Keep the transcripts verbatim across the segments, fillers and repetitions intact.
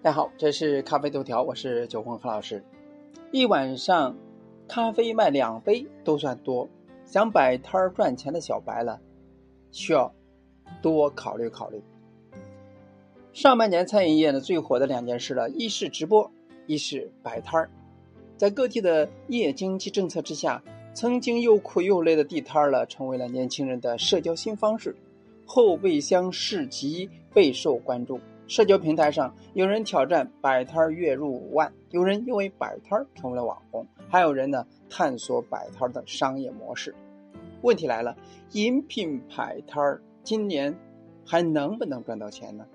大家好，这是咖啡头条，我是九红何老师。一晚上咖啡卖两杯都算多，想摆摊赚钱的小白了，需要多考虑考虑。上半年餐饮业呢最火的两件事了，一是直播，一是摆摊。在各地的夜经济政策之下，曾经又苦又累的地摊了，成为了年轻人的社交新方式。后备箱市集备受关注。社交平台上有人挑战摆摊月入五万，有人因为摆摊成为了网红，还有人呢探索摆摊的商业模式。问题来了，饮品摆摊今年还能不能赚到钱呢？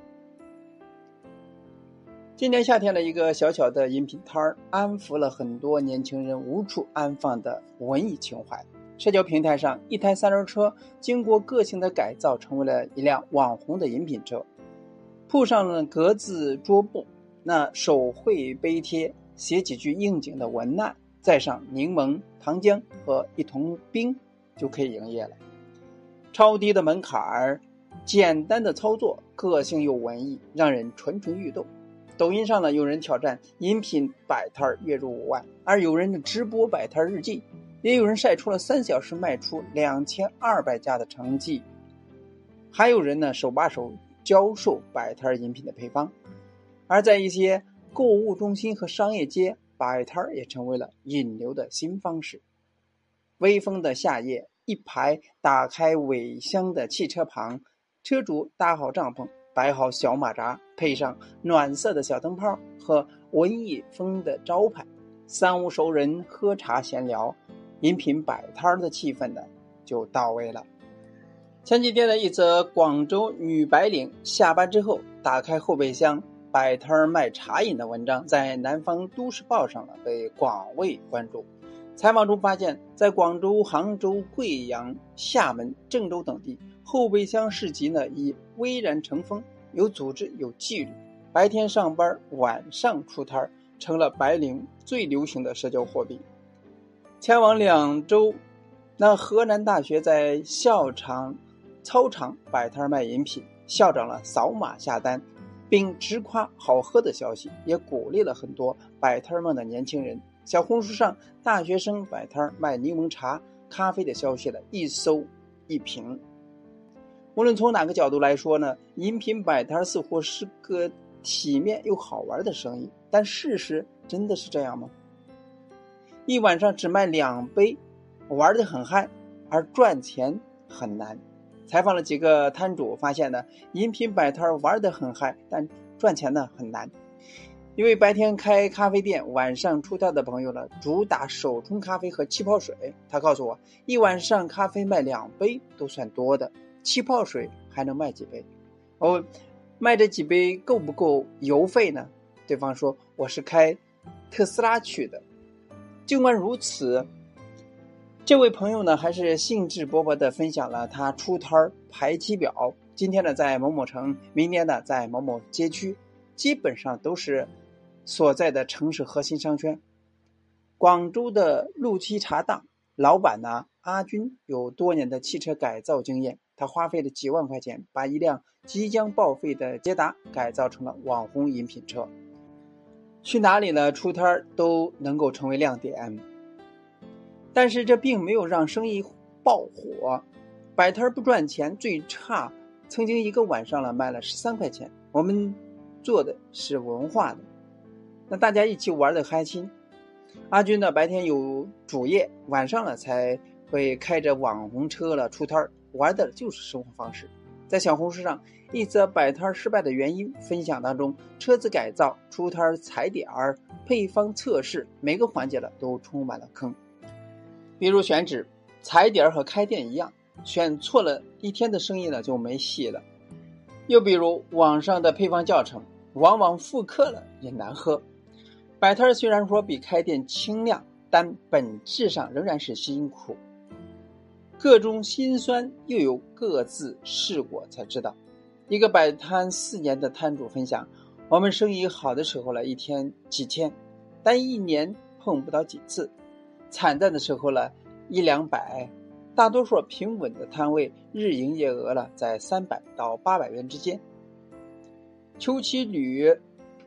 今年夏天的一个小小的饮品摊安抚了很多年轻人无处安放的文艺情怀。社交平台上，一台三轮车经过个性的改造，成为了一辆网红的饮品车。铺上了格子桌布，那手绘碑贴，写几句应景的文案，再上柠檬、糖浆和一桶冰，就可以营业了。超低的门槛，简单的操作，个性又文艺，让人蠢蠢欲动。抖音上呢，有人挑战饮品摆摊月入五万，而有人的直播摆摊日记，也有人晒出了三小时卖出两千二百家的成绩，还有人呢手把手教授摆摊饮品的配方。而在一些购物中心和商业街，摆摊也成为了引流的新方式。微风的夏夜，一排打开尾箱的汽车旁，车主搭好帐篷，摆好小马扎，配上暖色的小灯泡和文艺风的招牌，三五熟人喝茶闲聊，饮品摆摊的气氛呢就到位了。前几天的一则广州女白领下班之后打开后备箱摆摊卖茶饮的文章，在南方都市报上了被广为关注。采访中发现，在广州、杭州、贵阳、厦门、郑州等地，后备箱市集呢已蔚然成风，有组织有纪律，白天上班，晚上出摊，成了白领最流行的社交货币。前往两周，那河南大学在校场操场摆摊卖饮品，校长了扫码下单，并直夸好喝的消息，也鼓励了很多摆摊梦的年轻人。小红书上大学生摆摊卖柠檬茶、咖啡的消息了一搜一评。无论从哪个角度来说呢，饮品摆摊似乎是个体面又好玩的生意，但事实真的是这样吗？一晚上只卖两杯，玩得很嗨，而赚钱很难。采访了几个摊主，发现呢，饮品摆摊玩得很嗨，但赚钱呢很难。一位白天开咖啡店，晚上出摊的朋友呢，主打手冲咖啡和气泡水。他告诉我，一晚上咖啡卖两杯都算多的，气泡水还能卖几杯？哦，卖这几杯够不够邮费呢？对方说，我是开特斯拉去的。尽管如此，这位朋友呢，还是兴致勃勃地分享了他出摊排期表。今天呢，在某某城，明天呢，在某某街区，基本上都是所在的城市核心商圈。广州的陆七茶档老板呢，阿军有多年的汽车改造经验，他花费了几万块钱，把一辆即将报废的捷达改造成了网红饮品车。去哪里呢，出摊都能够成为亮点。但是这并没有让生意爆火，摆摊不赚钱，最差曾经一个晚上了卖了十三块钱。我们做的是文化的，那大家一起玩的开心。阿军呢，白天有主业，晚上了才会开着网红车了出摊，玩的就是生活方式。在小红书上，一则摆摊失败的原因分享当中，车子改造、出摊踩点、配方测试，每个环节了都充满了坑。比如选址，踩点和开店一样，选错了一天的生意呢就没戏了。又比如网上的配方教程，往往复刻了也难喝。摆摊虽然说比开店清亮，但本质上仍然是辛苦。各种辛酸又有各自试过才知道。一个摆摊四年的摊主分享，我们生意好的时候了，一天几千，但一年碰不到几次。惨淡的时候了，一两百，大多数平稳的摊位日营业额了在三百到八百元之间。邱其履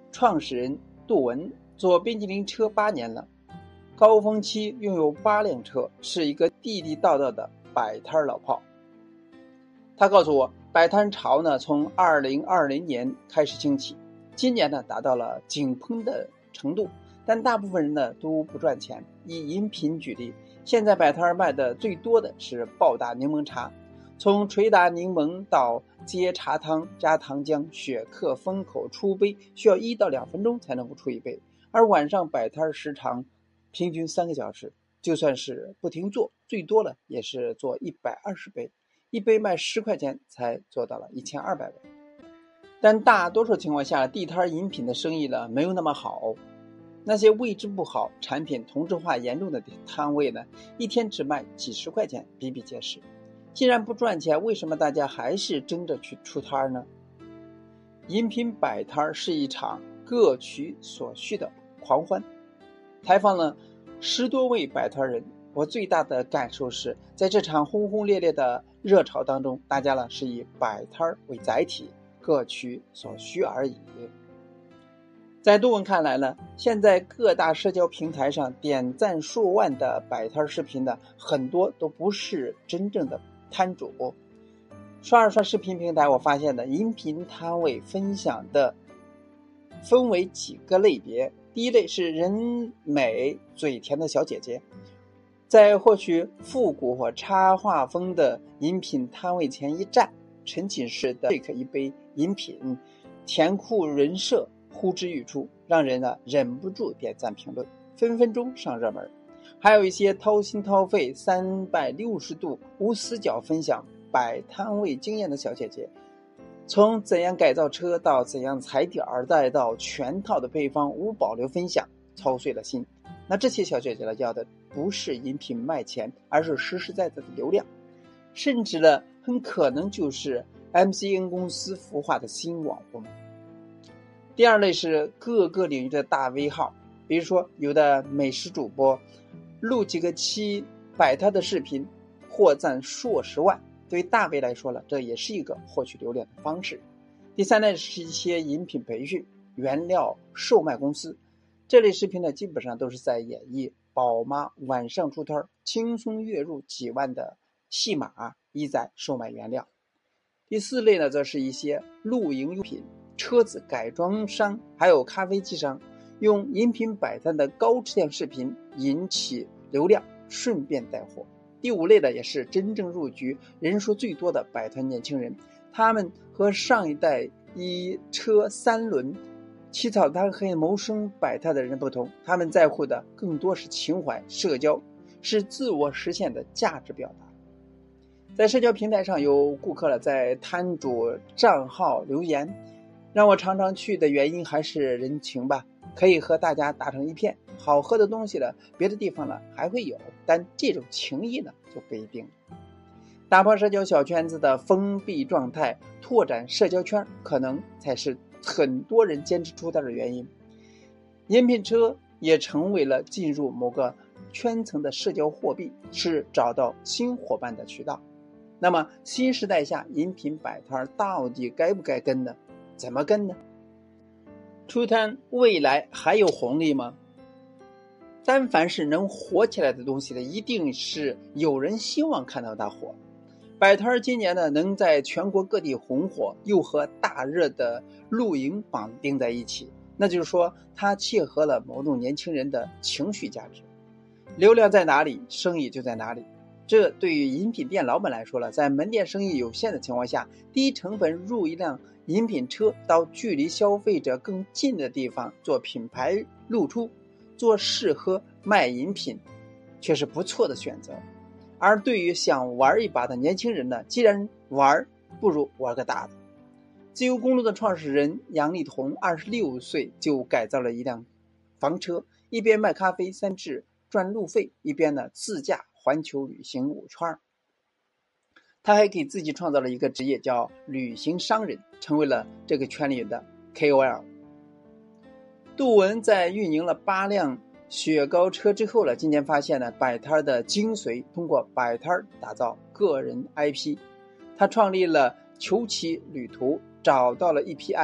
创始人杜文做冰激凌车八年了，高峰期拥有八辆车，是一个地地道道的摆摊老炮。他告诉我，摆摊潮呢从二零二零年开始兴起，今年呢达到了井喷的程度，但大部分人呢都不赚钱。以饮品举例，现在摆摊卖的最多的是暴打柠檬茶，从捶打柠檬到接茶汤加糖浆雪克封口出杯需要一到两分钟才能够出一杯，而晚上摆摊时长平均三个小时，就算是不停做，最多了也是做一百二十杯，一杯卖十块钱才做到了一千二百杯。但大多数情况下，地摊饮品的生意呢没有那么好，那些位置不好、产品同质化严重的摊位呢，一天只卖几十块钱，比比皆是。既然不赚钱，为什么大家还是争着去出摊呢？饮品摆摊是一场各取所需的狂欢。采访了十多位摆摊人，我最大的感受是，在这场轰轰烈烈的热潮当中，大家呢是以摆摊为载体，各取所需而已。在杜文看来呢，现在各大社交平台上点赞数万的摆摊视频呢，很多都不是真正的摊主。刷了刷视频平台，我发现呢，饮品摊位分享的分为几个类别。第一类是人美嘴甜的小姐姐，在获取复古或插画风的饮品摊位前一站，沉浸式的 shake 一杯饮品，甜酷人设呼之欲出，让人呢忍不住点赞评论，分分钟上热门。还有一些掏心掏肺三百六十度无死角分享摆摊位经验的小姐姐，从怎样改造车到怎样踩点儿，再到全套的配方无保留分享，操碎了心。那这些小姐姐呢，要的不是饮品卖钱，而是实实在在的流量，甚至呢很可能就是 M C N 公司孵化的新网红。第二类是各个领域的大 V 号，比如说有的美食主播录几个期摆摊的视频，获赞数十万，对于大 V 来说了，这也是一个获取流量的方式。第三类是一些饮品培训、原料售卖公司，这类视频呢，基本上都是在演绎宝妈晚上出摊，轻松月入几万的戏码，意在售卖原料。第四类呢，则是一些露营用品、车子改装商，还有咖啡机商，用饮品摆摊的高质量视频引起流量，顺便带货。第五类的也是真正入局人数最多的摆摊年轻人，他们和上一代一车三轮起草摊黑谋生摆摊的人不同，他们在乎的更多是情怀、社交，是自我实现的价值表达。在社交平台上，有顾客了在摊主账号留言，让我常常去的原因还是人情吧，可以和大家打成一片。好喝的东西呢，别的地方呢还会有，但这种情谊呢就不一定了。打破社交小圈子的封闭状态，拓展社交圈，可能才是很多人坚持出摊的原因。饮品车也成为了进入某个圈层的社交货币，是找到新伙伴的渠道。那么新时代下，饮品摆摊到底该不该跟呢？怎么跟呢？出摊未来还有红利吗？但凡是能火起来的东西呢，一定是有人希望看到它火。摆摊今年呢，能在全国各地红火，又和大热的露营绑定在一起，那就是说它切合了某种年轻人的情绪价值。流量在哪里，生意就在哪里。这对于饮品店老板来说了，在门店生意有限的情况下，低成本入一辆饮品车，到距离消费者更近的地方做品牌露出，做试喝卖饮品，却是不错的选择。而对于想玩一把的年轻人呢，既然玩，不如玩个大的。自由公路的创始人杨丽彤二十六岁就改造了一辆房车，一边卖咖啡三至赚路费，一边呢自驾环球旅行五圈。他还给自己创造了一个职业，叫旅行商人，成为了这个圈里的 K O L。 杜文在运营了八辆雪糕车之后了，今年发现呢，摆摊的精髓通过摆摊打造个人 I P。 他创立了求其旅途，找到了一批爱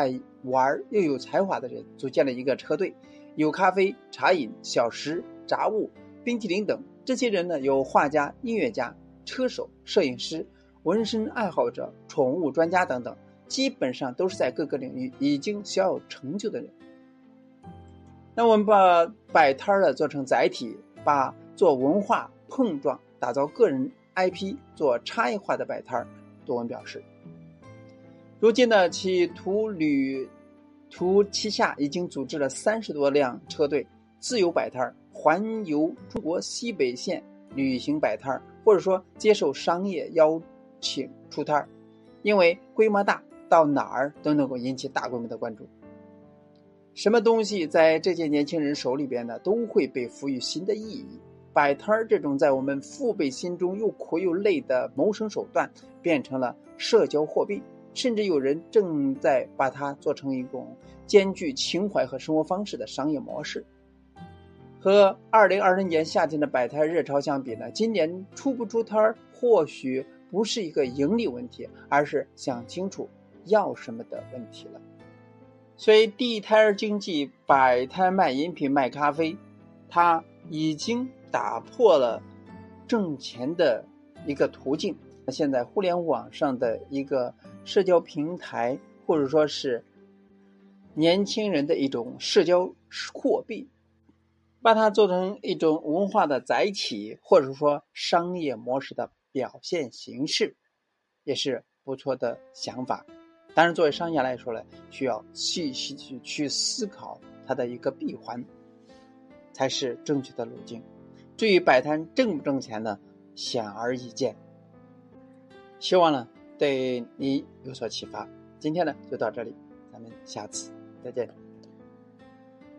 玩又有才华的人组建了一个车队，有咖啡、茶饮、小食、杂物、冰淇淋等。这些人呢，有画家、音乐家、车手、摄影师、纹身爱好者、宠物专家等等，基本上都是在各个领域已经小有成就的人。那我们把摆摊的做成载体，把做文化碰撞、打造个人 I P 做差异化的摆摊。多文表示，如今呢，其途旅途旗下已经组织了三十多辆车队，自由摆摊，环游中国西北线旅行摆摊，或者说接受商业邀请出摊，因为规模大，到哪儿都能够引起大规模的关注。什么东西在这些年轻人手里边呢，都会被赋予新的意义。摆摊这种在我们父辈心中又苦又累的谋生手段，变成了社交货币，甚至有人正在把它做成一种兼具情怀和生活方式的商业模式。和二零二零年夏天的摆摊热潮相比呢，今年出不出摊或许不是一个盈利问题，而是想清楚要什么的问题了。所以地摊经济，摆摊卖饮品卖咖啡，它已经打破了挣钱的一个途径。现在互联网上的一个社交平台，或者说是年轻人的一种社交货币，把它做成一种文化的载体，或者说商业模式的表现形式，也是不错的想法。当然作为商业来说呢，需要细细去去思考它的一个闭环，才是正确的路径。至于摆摊挣不挣钱呢，显而易见。希望呢对你有所启发。今天呢就到这里，咱们下次再见。